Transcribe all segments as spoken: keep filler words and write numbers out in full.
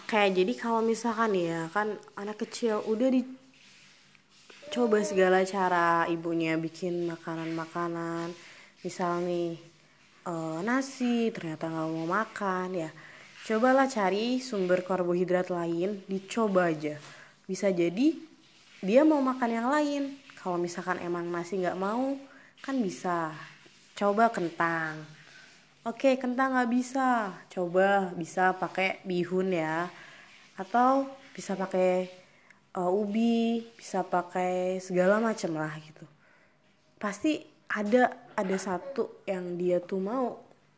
Kayak jadi kalau misalkan ya kan anak kecil udah dicoba segala cara ibunya bikin makanan-makanan, misal nih uh, nasi ternyata nggak mau makan ya, cobalah cari sumber karbohidrat lain, dicoba aja, bisa jadi dia mau makan yang lain. Kalau misalkan emang nasi nggak mau kan bisa coba kentang. Oke, kentang nggak bisa, coba bisa pakai bihun ya, atau bisa pakai uh, ubi, bisa pakai segala macam lah gitu. Pasti ada ada satu yang dia tuh mau.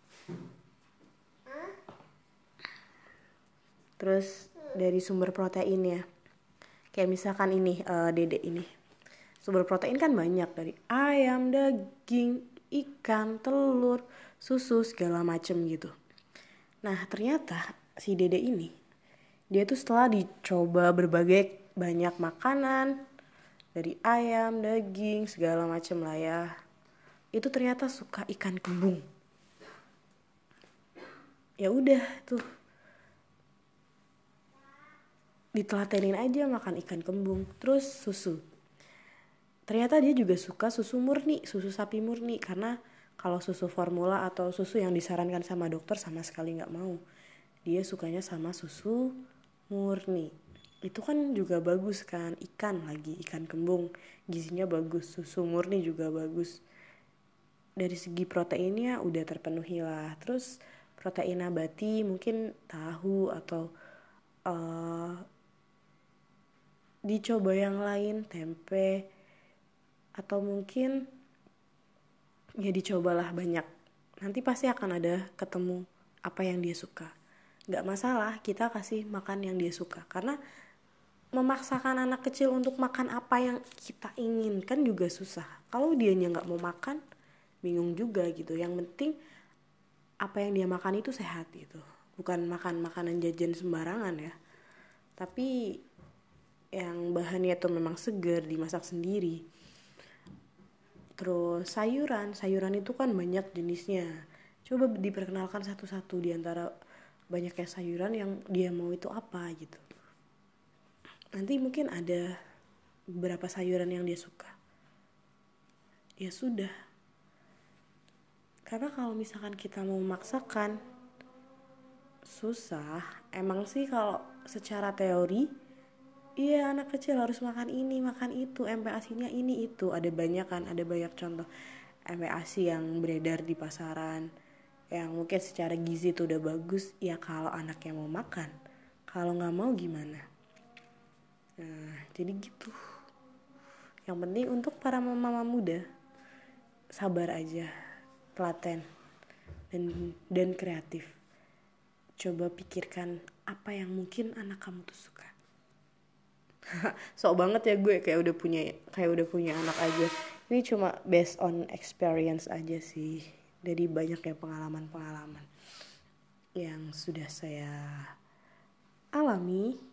Terus dari sumber proteinnya, kayak misalkan ini uh, dedek ini, sumber protein kan banyak dari ayam, daging, ikan, telur, susu segala macem gitu. Nah ternyata si dede ini, dia tuh setelah dicoba berbagai banyak makanan dari ayam, daging, segala macem lah ya, itu ternyata suka ikan kembung. Ya udah tuh ditelatenin aja makan ikan kembung, terus susu. Ternyata dia juga suka susu murni, susu sapi murni, karena kalau susu formula atau susu yang disarankan sama dokter sama sekali nggak mau. Dia sukanya sama susu murni. Itu kan juga bagus kan, ikan lagi, ikan kembung, gizinya bagus, susu murni juga bagus. Dari segi proteinnya udah terpenuhi lah. Terus protein nabati mungkin tahu atau uh, dicoba yang lain, tempe, atau mungkin ya dicobalah banyak. Nanti pasti akan ada ketemu apa yang dia suka. Gak masalah kita kasih makan yang dia suka, karena memaksakan anak kecil untuk makan apa yang kita inginkan juga susah. Kalau dianya gak mau makan, bingung juga gitu. Yang penting apa yang dia makan itu sehat gitu, bukan makan makanan jajan sembarangan ya, tapi yang bahannya tuh memang segar, dimasak sendiri. Terus sayuran, sayuran itu kan banyak jenisnya. Coba diperkenalkan satu-satu di antara banyaknya sayuran yang dia mau itu apa gitu. Nanti mungkin ada beberapa sayuran yang dia suka. Ya sudah. Karena kalau misalkan kita mau memaksakan, susah. Emang sih kalau secara teori, iya anak kecil harus makan ini, makan itu, M P A S I-nya ini itu. Ada banyak kan, ada banyak contoh M P A S I yang beredar di pasaran, yang mungkin secara gizi itu udah bagus. Ya kalau anaknya mau makan, kalau gak mau gimana. Nah jadi gitu. Yang penting untuk para mama muda, sabar aja, telaten, dan, dan kreatif. Coba pikirkan apa yang mungkin anak kamu tuh suka. Sok banget ya gue kayak udah punya kayak udah punya anak aja. Ini cuma based on experience aja sih, dari banyaknya pengalaman-pengalaman yang sudah saya alami